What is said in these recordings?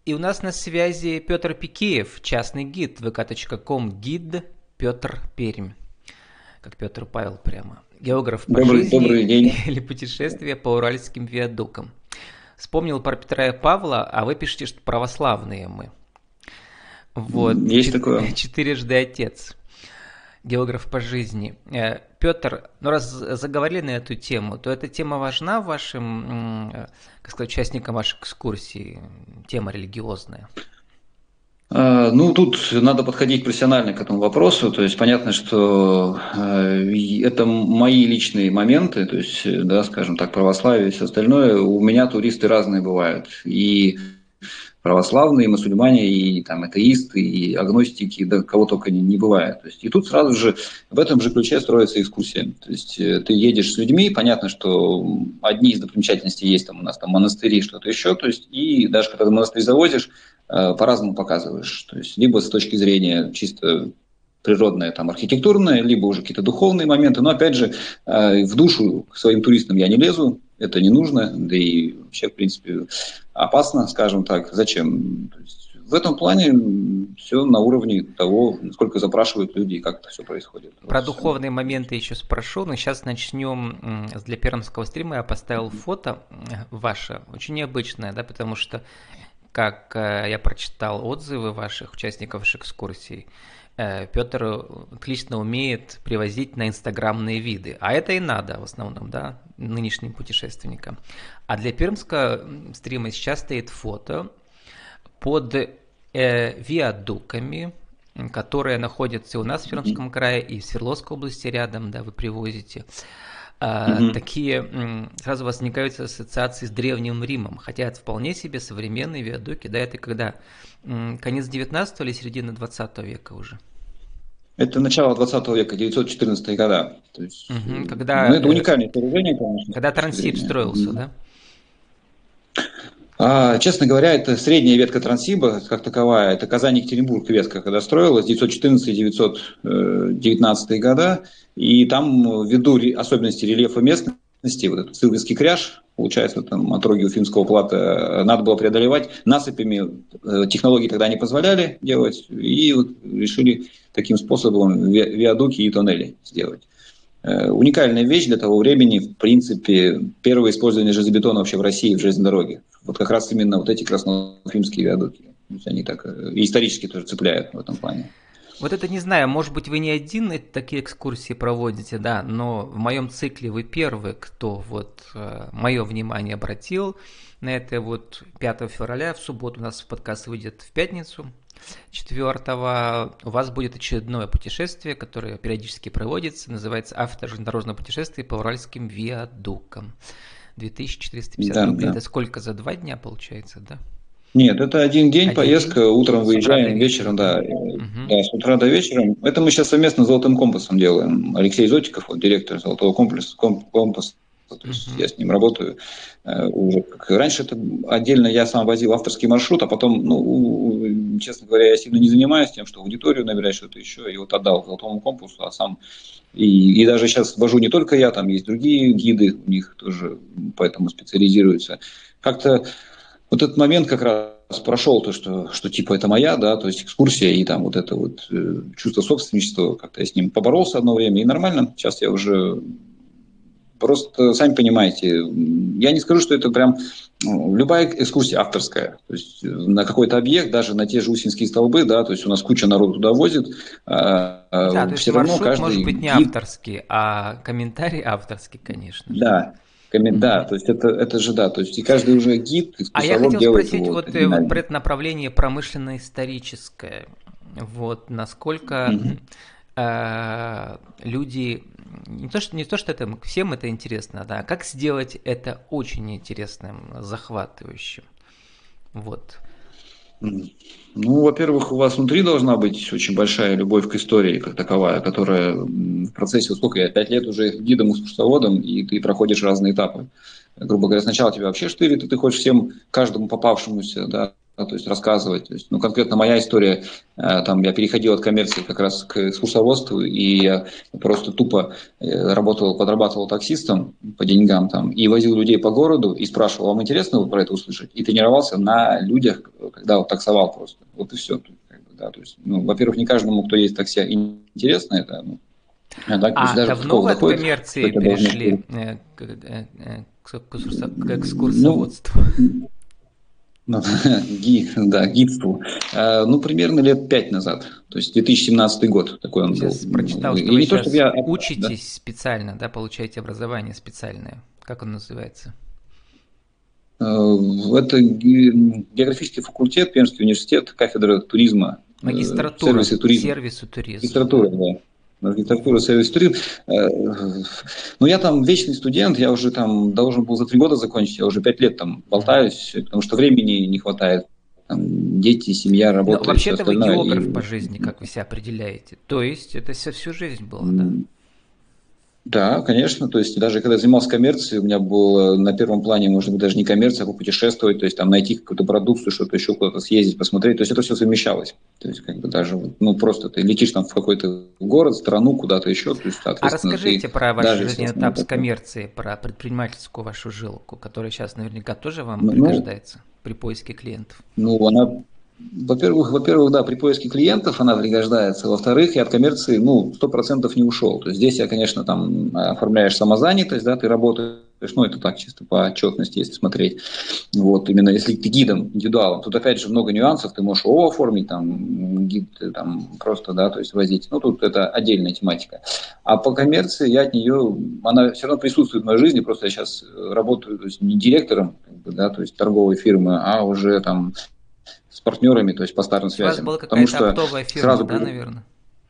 И у нас на связи Петр Пикеев, частный гид, vk.com, гид Петр Пермь, как Петр Павел прямо. Географ по Добрый жизни день. или путешествие по уральским виадукам. Вспомнил про Петра и Павла, а вы пишете, что православные мы. Вот, Есть такое. четырежды отец. Географ по жизни. Петр, ну раз заговорили на эту тему, то эта тема важна вашим, как сказать, участникам вашей экскурсии, тема религиозная? Ну, тут надо подходить профессионально к этому вопросу. То есть понятно, что это мои личные моменты, то есть, да, скажем так, православие и все остальное. У меня туристы разные бывают. И православные, и мусульмане, и там атеисты, и агностики, да кого только не бывает. То есть, и тут сразу же в этом же ключе строится экскурсия. То есть ты едешь с людьми, понятно, что одни из достопримечательностей есть там у нас там монастыри, что-то еще. То есть, и даже когда ты монастырь завозишь, по-разному показываешь. То есть, либо с точки зрения чисто природное, там, архитектурное, либо уже какие-то духовные моменты. Но, опять же, в душу к своим туристам я не лезу, это не нужно, да и вообще, в принципе, опасно, скажем так. Зачем? То есть, в этом плане все на уровне того, насколько запрашивают люди и как это все происходит. Про Вот духовные моменты еще спрошу, но сейчас начнем. Для пермского стрима я поставил фото ваше, очень необычное, да, потому что, как я прочитал отзывы ваших участников вашей экскурсии, Петр отлично умеет привозить на инстаграмные виды. А это и надо в основном, да, нынешним путешественникам. А для пермского стрима сейчас стоит фото под виадуками, которые находятся у нас в Пермском крае и в Свердловской области рядом, да, вы привозите. Такие сразу возникают ассоциации с Древним Римом, хотя это вполне себе современные виадуки, да, это когда конец 19 или середина 20 века уже? это начало 20 века, 914 года. То есть, Когда, это уникальное сооружение, конечно, с когда точки Транссиб зрения. строился, да? Честно говоря, это средняя ветка Транссиба, как таковая. Это Казань-Екатеринбург ветка, когда строилась, 914-919 года. И там, ввиду особенностей рельефа местности, вот этот Сылвинский кряж, получается, там отроги Уфимского плато, надо было преодолевать насыпями. Технологии тогда не позволяли делать. И вот решили таким способом виадуки и тоннели сделать. Уникальная вещь для того времени, в принципе, первое использование железобетона вообще в России в железной дороге. Вот как раз именно вот эти красноуфимские виадуки. Они так и исторически тоже цепляют в этом плане. Вот это не знаю, может быть, вы не один такие экскурсии проводите, да, но в моем цикле вы первый, кто вот мое внимание обратил на это. Вот 5 февраля, в субботу у нас подкаст выйдет в пятницу. 4 у вас будет очередное путешествие, которое периодически проводится, называется «Автожелезнодорожное путешествие по уральским виадукам». 2450 рублей. Да. Это сколько, за 2 дня получается, да? Нет, это один день, поездка, день? утром выезжаем, вечером, да. Да, с утра до вечера. Это мы сейчас совместно с «Золотым компасом» делаем. Алексей Зотиков, вот, директор «Золотого компаса», то есть я с ним работаю уже. Раньше это отдельно я сам возил авторский маршрут, а потом, ну, честно говоря, я сильно не занимаюсь тем, что аудиторию набирать, что-то еще, и вот отдал «Золотому компасу», а сам и даже сейчас вожу не только я, там есть другие гиды, у них тоже поэтому специализируются. Как-то вот этот момент как раз прошел, то, что типа это моя, да, то есть экскурсия и там вот это вот чувство собственничества, как-то я с ним поборолся одно время, и нормально. Сейчас я уже просто, сами понимаете, я не скажу, что это прям любая экскурсия авторская. То есть на какой-то объект, даже на те же Усинские столбы, да, то есть у нас куча народу туда возит. Да, то есть все равно маршрут каждый может быть не гид... авторский, а комментарий авторский, конечно же. Да, да, то есть это же да, то есть и каждый уже гид, А я экскурсовод хотел делает спросить его вот оригинально. про это направление промышленно-историческое. Вот насколько люди не то, что это всем это интересно, да, а как сделать это очень интересным, захватывающим. Вот. Ну, во-первых, у вас внутри должна быть очень большая любовь к истории, как таковая, которая в процессе, вот сколько я, 5 лет уже гидом, экскурсоводом, и ты проходишь разные этапы. Грубо говоря, сначала тебя вообще штырит, и ты хочешь всем, каждому попавшемуся, да, то есть рассказывать. То есть, ну, конкретно моя история, там я переходил от коммерции как раз к экскурсоводству, и я просто тупо подрабатывал таксистом по деньгам там, и возил людей по городу, и спрашивал, вам интересно про это услышать? И тренировался на людях, когда вот таксовал просто. Вот и все. Да, то есть, ну, во-первых, не каждому, кто есть такси, интересно это. Ну, так, то есть А даже до давно такого вы от доходит, что коммерции тебя должны... перешли к Ну, экскурсоводству? ну, да, гидству. Ну, примерно лет 5 назад. То есть 2017 год такой он был. Сейчас прочитал, что И вы не то, чтобы сейчас я... Да. учитесь специально, да, получаете образование специальное. Как он называется? Это географический факультет, Пермский университет, кафедра туризма, Магистратура, сервис и туризм. сервис и туризм, Магистратура, да. да. Магистратура, сервис, туризм. Ну, я там вечный студент, я уже там должен был за 3 года закончить, я уже 5 лет там болтаюсь, потому что времени не хватает. Там, дети, семья, Но работа и все вообще-то вы остальное. географ И по жизни, как вы себя определяете. То есть это всю жизнь было, да? да, конечно. То есть даже когда я занимался коммерцией, у меня было на первом плане, может быть, даже не коммерция, а попутешествовать, то есть там найти какую-то продукцию, что-то еще куда-то съездить, посмотреть. То есть это все совмещалось. То есть как бы даже, ну просто ты летишь там в какой-то город, страну, куда-то еще, то есть, А соответственно, расскажите ты про ваш даже если жизненный этап основной с такой. коммерцией, про предпринимательскую вашу жилку, которая сейчас наверняка тоже вам Ну, пригождается при поиске клиентов. ну, она, во-первых, да, при поиске клиентов она пригождается. Во-вторых, я от коммерции, ну, 100% не ушел. То есть здесь я, конечно, там оформляешь самозанятость, да, ты работаешь, ну, это так, чисто по отчетности, если смотреть. Вот, именно если ты гидом, индивидуалом, тут опять же много нюансов, ты можешь ООО оформить, там, гид, там, просто, да, то есть возить. Ну, тут это отдельная тематика. А по коммерции я от нее, она все равно присутствует в моей жизни, просто я сейчас работаю, то есть не директором, как бы, да, то есть торговой фирмы, а уже там с партнерами, то есть по старым То есть у вас связям. была Потому какая-то что оптовая фирма, сразу... да, наверное?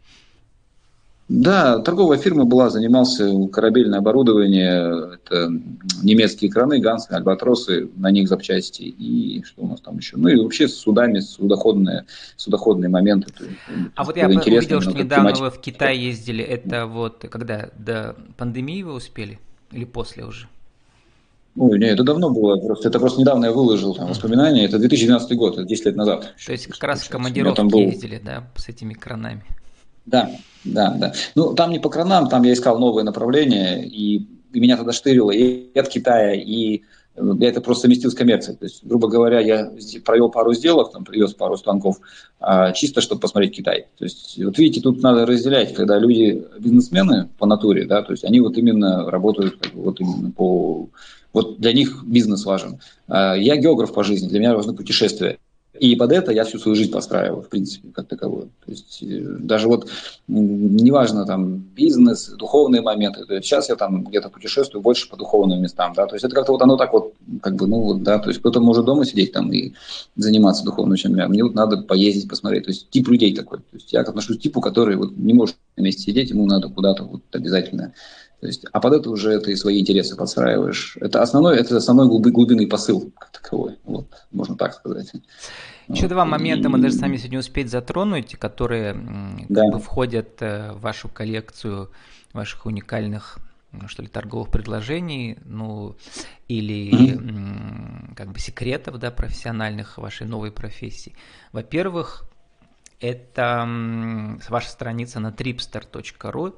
Да, торговая фирма была, занимался корабельное оборудование, это немецкие краны, гансы, альбатросы, на них запчасти и что у нас там еще. Ну и вообще с судами, судоходные моменты. То А есть вот я было интересно увидел, именно что вот эта недавно тематика. вы в Китай ездили. Это вот когда до пандемии вы успели? Или после уже? Ой, не, это давно было, это просто недавно я выложил там Мгм. воспоминания, это 2012 год, это 10 лет назад То еще, есть то как есть, раз в получается. У меня там командировки был. ездили, да, с этими кранами. Да, да, да. Ну, там не по кранам, там я искал новые направления, и меня тогда штырило и от Китая, и я это просто совместил с коммерцией. То есть, грубо говоря, я провел пару сделок, там, привез пару станков, чисто, чтобы посмотреть Китай. То есть, вот видите, тут надо разделять, когда люди, бизнесмены по натуре, да, то есть они вот именно работают как бы, вот именно по... Вот для них бизнес важен. Я географ по жизни, для меня важны путешествия. И под это я всю свою жизнь постраиваю, в принципе, как таковую. То есть даже вот неважно там бизнес, духовные моменты. То есть сейчас я там где-то путешествую больше по духовным местам, да. То есть это как-то вот оно так вот, как бы, ну вот, да. То есть кто-то может дома сидеть там и заниматься духовным вещами, а мне вот надо поездить, посмотреть. То есть тип людей такой. То есть я отношусь к типу, который вот не может на месте сидеть, ему надо куда-то вот обязательно. То есть, а под это уже ты свои интересы подстраиваешь. Это основной глубинный посыл как таковой. Вот, можно так сказать. Еще Вот. два момента мы И, даже сами сегодня успеть затронуть, которые да. как бы входят в вашу коллекцию ваших уникальных, что ли, торговых предложений, ну, или Мгм. как бы секретов, да, профессиональных вашей новой профессии. Во-первых, это ваша страница на tripster.ru,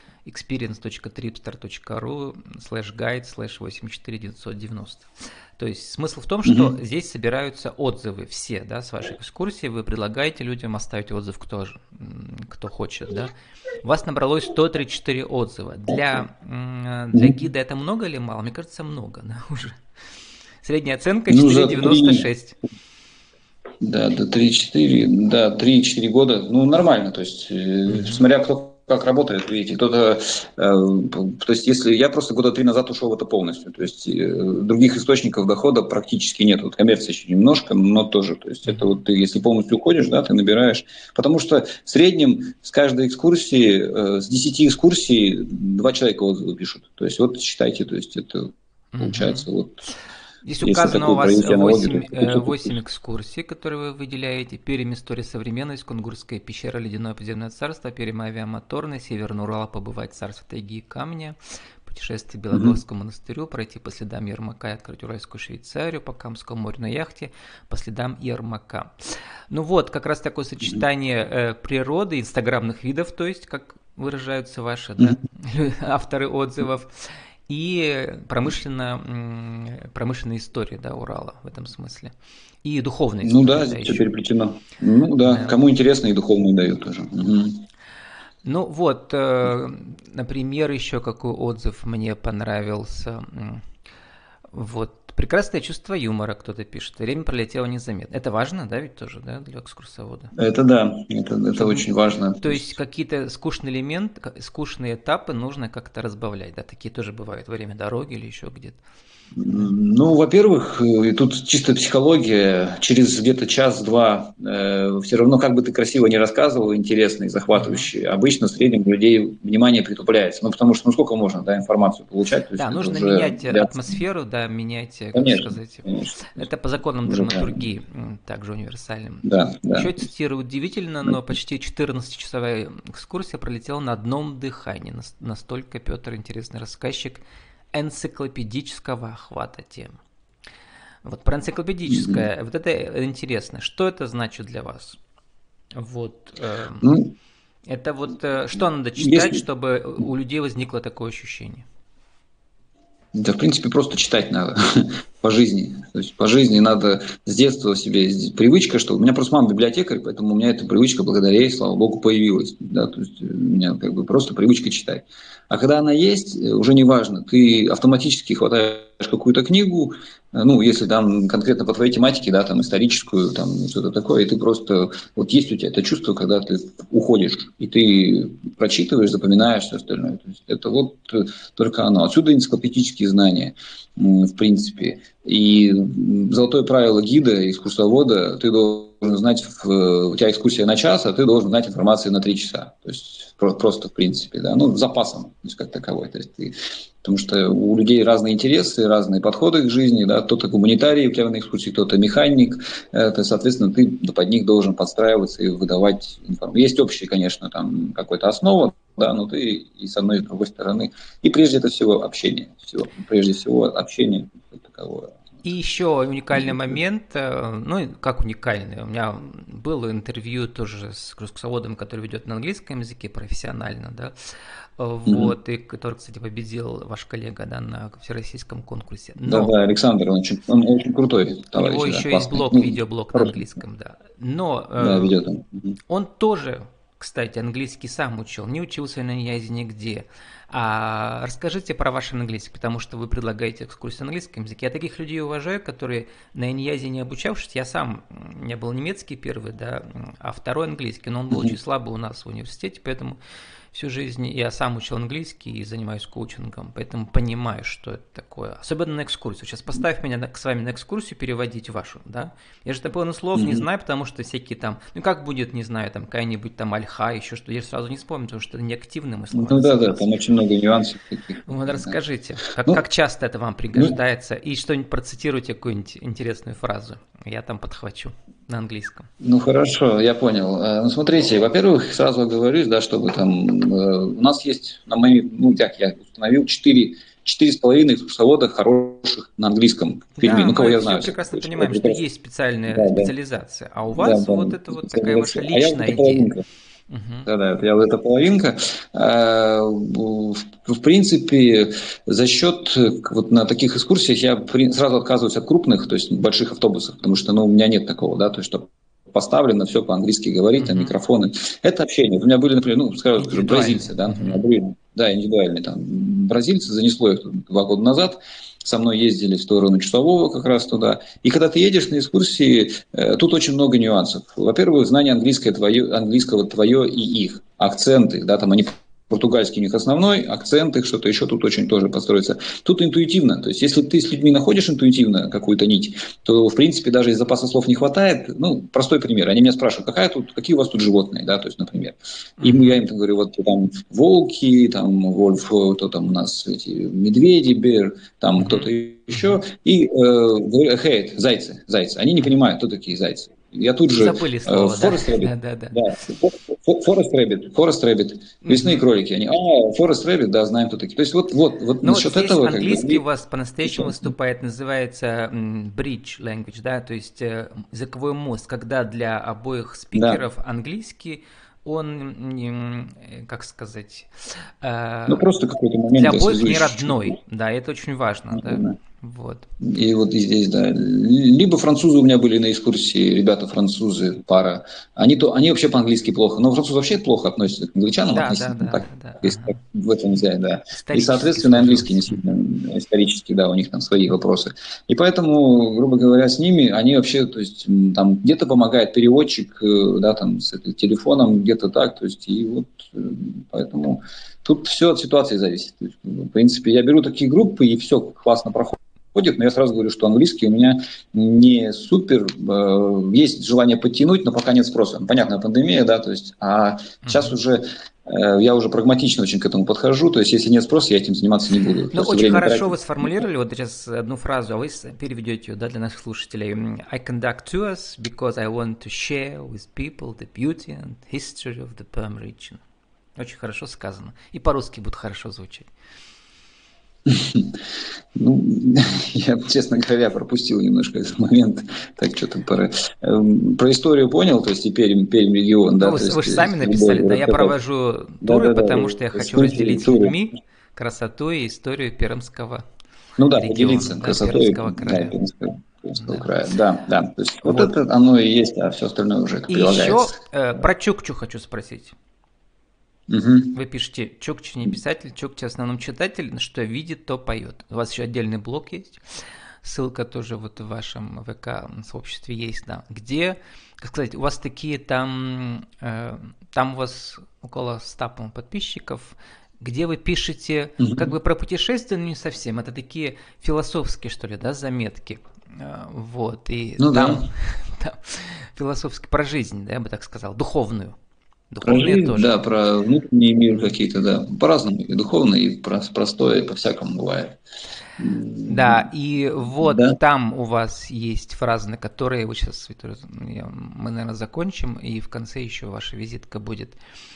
experience.tripster.ru/guide/84990. То есть смысл в том, что Мгм. здесь собираются отзывы все, да, с вашей экскурсии. Вы предлагаете людям оставить отзыв, кто хочет, да. У вас набралось 134 отзыва. Для Мгм. гида это много или мало? Мне кажется, много, да, уже. Средняя оценка Ну, за три, 4,96. да, до 3-4, да, 3-4 года, ну, нормально, то есть, Мгм. смотря кто как работает, видите, кто-то, то есть, если я просто года 3 назад ушел в это полностью, то есть, других источников дохода практически нет, вот коммерция еще немножко, но тоже, то есть, это Мгм. вот ты, если полностью уходишь, да, ты набираешь, потому что в среднем с каждой экскурсии, с 10 экскурсий 2 человека отзывы пишут, то есть, вот считайте, то есть, это Мгм. получается, вот, Здесь если указано у такую вас провести аналогию, то 8, есть, 500 8 экскурсий. экскурсий, которые вы выделяете. Пермь, история современность, Кунгурская пещера, Ледяное подземное царство, Пермь, авиамоторный, Северный Урал, побывать в царство тайги и камня, путешествие к Мгм. Белогорскому монастырю, пройти по следам Ермака и открыть Уральскую Швейцарию, по Камскому морю на яхте, по следам Ермака. Ну вот, как раз такое Мгм. сочетание природы, инстаграмных видов, то есть, как выражаются ваши, да, Мгм. авторы отзывов, и промышленная история, да, Урала в этом смысле. И духовная Ну история, да, да, здесь все еще. переплетено. Ну да, Да. кому интересно, и духовные дают тоже. Ну вот, например, еще какой отзыв мне понравился. Вот, прекрасное чувство юмора, кто-то пишет. Время пролетело незаметно. Это важно, да, ведь тоже, да, для экскурсовода? Это да, это Чтобы, очень важно. то есть какие-то скучные элементы, скучные этапы нужно как-то разбавлять, да, такие тоже бывают, во время дороги или еще где-то. Да. Ну, во-первых, и тут чисто психология, через где-то час-два все равно, как бы ты красиво не рассказывал, интересно и Мгм. захватывающе, обычно в среднем у людей внимание притупляется. Ну, потому что, ну, сколько можно, да, информацию получать, то есть Да, это нужно уже менять для... атмосферу, да, менять, как Конечно, сказать, конечно, то есть это по законам уже правильно. драматургии, также универсальным. Да, да. Еще цитирую, удивительно, но почти 14-часовая экскурсия пролетела на одном дыхании. Настолько Петр интересный рассказчик энциклопедического охвата тем. Вот про энциклопедическое, вот это интересно. Что это значит для вас? Вот, Ну, это вот, что надо читать, если... чтобы у людей возникло такое ощущение? Да, в принципе, просто читать надо по жизни. То есть по жизни надо с детства себе привычка, что у меня просто мама библиотекарь, поэтому у меня эта привычка благодаря ей, слава богу, появилась. Да, то есть у меня как бы просто привычка читать. А когда она есть, уже не важно, ты автоматически хватаешь какую-то книгу, ну, если там конкретно по твоей тематике, да, там историческую, там что-то такое, и ты просто, вот есть у тебя это чувство, когда ты уходишь, и ты прочитываешь, запоминаешь все остальное. То есть это вот только оно. Отсюда энциклопедические знания, в принципе. И золотое правило гида, экскурсовода, ты должен знать, у тебя экскурсия на час, а ты должен знать информацию на 3 часа. То есть просто в принципе, да, ну, с запасом, то есть как таковой. То есть потому что у людей разные интересы, разные подходы к жизни, да, кто-то гуманитарий у тебя на экскурсии, кто-то механик, соответственно, ты под них должен подстраиваться и выдавать информацию. Есть общая, конечно, там какая-то основа, да, но ты и с одной, и с другой стороны. И прежде это всего общение. Прежде всего общение как таковое. И еще уникальный момент, ну, как уникальный, у меня было интервью тоже с экскурсоводом, который ведет на английском языке профессионально, да, вот, и который, кстати, победил ваш коллега, да, на всероссийском конкурсе. Да, Но да, Александр, он очень крутой у него товарищ, да, еще есть классный. блог, Ну, видеоблог на хороший. английском, да. Но Да, ведет он. он тоже, кстати, английский сам учил, не учился на Ньязе нигде. А расскажите про ваш английский, потому что вы предлагаете экскурсию на английском языке. Я таких людей уважаю, которые на Ньязе не обучавшись. Я сам, у меня был немецкий первый, да, а второй английский, но он был очень слабый у нас в университете, поэтому всю жизнь я сам учил английский и занимаюсь коучингом, поэтому понимаю, что это такое. Особенно на экскурсию. Сейчас поставь меня с вами на экскурсию переводить вашу, да. Я же половину слов не знаю, потому что всякие там, ну как будет, не знаю, там какая-нибудь там альха, еще что, я сразу не вспомню, потому что это неактивные слова Ну да, да, называются. там очень много нюансов таких. Вот Да. расскажите, как Ну, часто это вам ну, пригождается, и что-нибудь процитируйте, какую-нибудь интересную фразу. Я там подхвачу на английском. ну хорошо, я понял. Ну смотрите, во-первых, сразу оговорюсь, да, чтобы там у нас есть на моей, ну так я установил 4,5 экскурсовода хороших на английском в Перми. Да, Ну кого мы я все знаю, прекрасно всяких. понимаем, что есть Да, специальная да, специализация, а у да, вас да, вот это вот такая ваша специализация. А я вот эта личная идея. половинка. Мгм. Да, да, это я вот эта половинка. В принципе, за счет вот на таких экскурсиях я сразу отказываюсь от крупных, то есть больших автобусов, потому что, ну, у меня нет такого, да, то есть что поставлено, все по-английски говорить, там Мгм. микрофоны. Это общение. У меня были, например, ну, скажу, Индивидуальный. бразильцы, да, например, Мгм. были, да, индивидуальные там бразильцы, занесло их 2 года назад, со мной ездили в сторону Часового как раз туда. И когда ты едешь на экскурсии, тут очень много нюансов. Во-первых, знание английского твое и их, акценты, да, там они португальский у них основной, акценты, что-то еще тут очень тоже построится. Тут интуитивно. То есть, если ты с людьми находишь интуитивно какую-то нить, то, в принципе, даже если запаса слов не хватает, ну, простой пример. Они меня спрашивают, какие у вас тут животные, да, то есть, например. И я Мгм. им говорю, вот там волки, там вольф, то там у нас эти медведи, бер, там кто-то Мгм. еще. Мгм. И говорю, зайцы. Они не Мгм. понимают, кто такие зайцы. Я тут И же забыли слово, да? Форест Рэббит, Да, да, да. да, Форест Рэббит, лесные Мгм. кролики. Они, Форест Рэббит, да, знаем, кто такие. То есть вот Ну вот насчет здесь этого как бы английский у они... вас по-настоящему выступает, называется bridge language, да, то есть языковой мост, когда для обоих Да, спикеров английский он, как сказать, Ну, просто какой-то для момент обоих не связующий. родной. Да, это очень важно, да. Да. Вот. И вот и здесь, да. Либо французы у меня были на экскурсии, ребята французы, пара. Они вообще по-английски плохо. Но французы вообще плохо относятся к англичанам Да, да, относительно да, так. да, да. Если Ага. так в этом взять, да. И, Исторически соответственно, английский не сложилось. сильно исторически, да, у них там свои вопросы. И поэтому, грубо говоря, с ними они вообще, то есть, там где-то помогает переводчик, да, там, с телефоном, где-то так, то есть, и вот, поэтому тут все от ситуации зависит. То есть, в принципе, я беру такие группы, и все классно проходит. Но я сразу говорю, что английский у меня не супер, есть желание подтянуть, но пока нет спроса. Понятно, пандемия, да, то есть, а сейчас Мгм. уже я уже прагматично очень к этому подхожу, то есть, если нет спроса, я этим заниматься не буду. Ну, Просто очень время хорошо вы тратить. сформулировали вот сейчас одну фразу, а вы переведете ее, да, для наших слушателей. I conduct tours because I want to share with people the beauty and history of the Perm region. Очень хорошо сказано. И по-русски будет хорошо звучать. Ну, я, честно говоря, пропустил немножко этот момент. Так, что-то про историю понял, то есть и Пермь регион, Ну, да, вы, то вы есть же сами любой написали, да, я рассказать. провожу туры, Да-да-да, потому что я хочу экскурсии, разделить с туры. людьми красоту и историю Пермского Ну да, региона, поделиться да, красотой, Пермского да, края. Пермского Да. края. Да, да. То есть вот Вот. это оно и есть, а все остальное уже это И прилагается. еще про Чукчу хочу спросить. Мгм. Вы пишете, Чукча не писатель, Чукча в основном читатель, что видит, то поет. У вас еще отдельный блог есть, ссылка тоже вот в вашем ВК сообществе есть, да. Где, как сказать, у вас такие там, там у вас около 100 по-моему, подписчиков, где вы пишете как Мгм. бы про путешествия, но не совсем. Это такие философские, что ли, да, заметки. Вот, и Ну да. там философски про жизнь, да, я бы так сказал, духовную. Про Духовные жизнь, тоже. да, про внутренний мир какие-то, да. По-разному. И духовно, и простое, и по-всякому бывает. Да, и Да. вот там у вас есть фразы, на которые вы сейчас, мы, наверное, закончим, и в конце еще ваша визитка будет.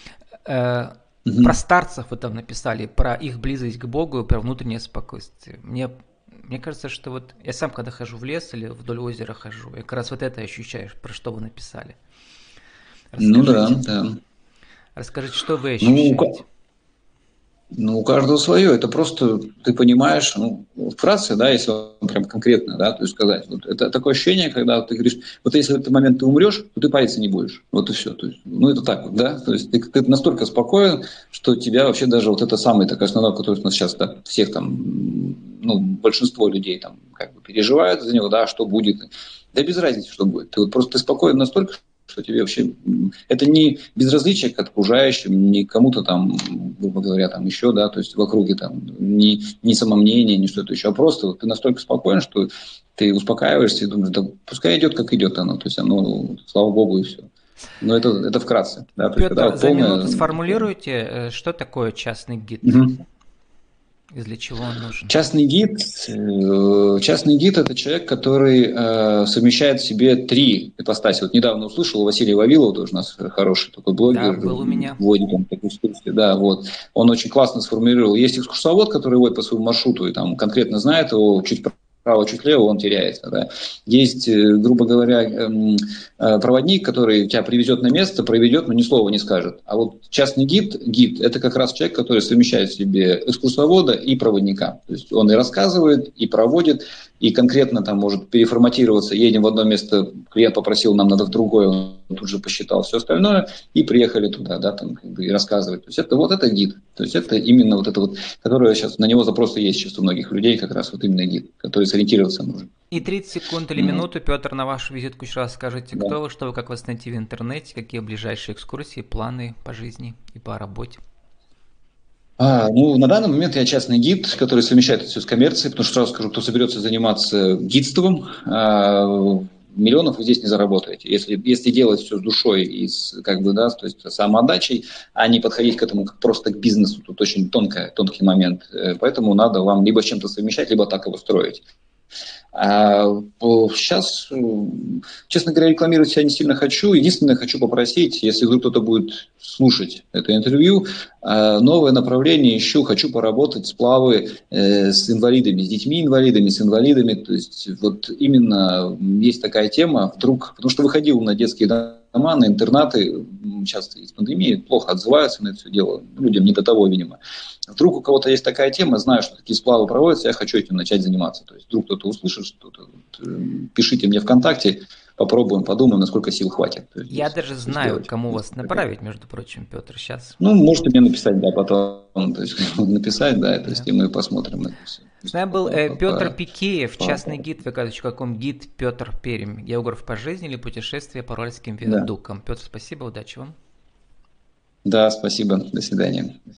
Про Мгм. старцев вы там написали, про их близость к Богу, про внутреннее спокойствие. Мне кажется, что вот я сам, когда хожу в лес или вдоль озера хожу, я как раз вот это ощущаю, про что вы написали. Ну да, Расскажите. да. Расскажите, что вы Ну, ощущаете. ну, у каждого свое. Это просто ты понимаешь, ну, вкратце, да, если прям конкретно, да, то есть сказать. Вот это такое ощущение, когда ты говоришь, вот если в этот момент ты умрешь, то ты париться не будешь. Вот и все. То есть, ну, это так вот, да. То есть ты настолько спокоен, что тебя вообще даже вот это самое такое основное, которое у нас сейчас, да, всех там, ну, большинство людей там как бы переживают за него, да, что будет. Да без разницы, что будет. Ты вот просто ты спокоен настолько, что тебе вообще это не безразличие к окружающим, не кому-то там, грубо говоря, там еще, да, то есть в округе там, не самомнение, не что-то еще, а просто вот ты настолько спокоен, что ты успокаиваешься и думаешь, да пускай идет, как идет оно, то есть оно, слава богу, и все. Но это вкратце, да, то есть когда Петр, вот за полное... минуту сформулируйте, что такое частный гид Мгм. и для чего он нужен. Частный гид – это человек, который совмещает в себе три ипостаси. Вот недавно услышал у Василия Вавилова, тоже у нас хороший такой Да, блогер, был у меня. вводит он такие экскурсии, да, вот. Он очень классно сформулировал. Есть экскурсовод, который водит по своему маршруту и там конкретно знает его, чуть вправо, чуть влево, он теряется. Да. Есть, грубо говоря, проводник, который тебя привезет на место, проведет, но ни слова не скажет. А вот частный гид – это как раз человек, который совмещает в себе экскурсовода и проводника. То есть он и рассказывает, и проводит, и конкретно там может переформатироваться. Едем в одно место, клиент попросил, нам надо в другое, он тут же посчитал все остальное, и приехали туда, да, там, как бы, и рассказывать. То есть это вот это гид. То есть это именно вот это вот, которое сейчас, на него запросы есть сейчас у многих людей, как раз вот именно гид, который сориентироваться нужен. И 30 секунд или Ну, минуту, Петр, на вашу визитку еще раз скажите, да. кто вы, что вы, как вас найти в интернете, какие ближайшие экскурсии, планы по жизни и по работе. Ну, на данный момент я частный гид, который совмещает это все с коммерцией, потому что сразу скажу, кто соберется заниматься гидством, миллионов вы здесь не заработаете. Если делать все с душой и с, как бы, да, то есть самоотдачей, а не подходить к этому как просто к бизнесу, тут очень тонкий момент. Поэтому надо вам либо с чем-то совмещать, либо так его строить. Сейчас, честно говоря, рекламировать себя не сильно хочу. Единственное, хочу попросить, если вдруг кто-то будет слушать это интервью, новое направление ищу, хочу поработать сплавы с инвалидами, с детьми-инвалидами, с инвалидами. То есть вот именно есть такая тема, вдруг, потому что выходил на детские дома, на интернаты, часто из пандемии, плохо отзываются на это все дело. Людям не до того, видимо. Вдруг у кого-то есть такая тема, знаю, что такие сплавы проводятся, я хочу этим начать заниматься. То есть вдруг кто-то услышит что-то, пишите мне ВКонтакте, попробуем, подумаем, насколько сил хватит. То есть, Я здесь даже что знаю, сделать. кому вас направить, между прочим, Петр, сейчас. Ну, можете мне написать, да, потом, то есть написать, да, то есть Да. и мы посмотрим на это все. С нами был Петр Пикеев, частный гид vk.com, гид Петр Пермь, географ по жизни или путешествие по Уральским Да. виадукам. Петр, спасибо, удачи вам. Да, спасибо, до свидания.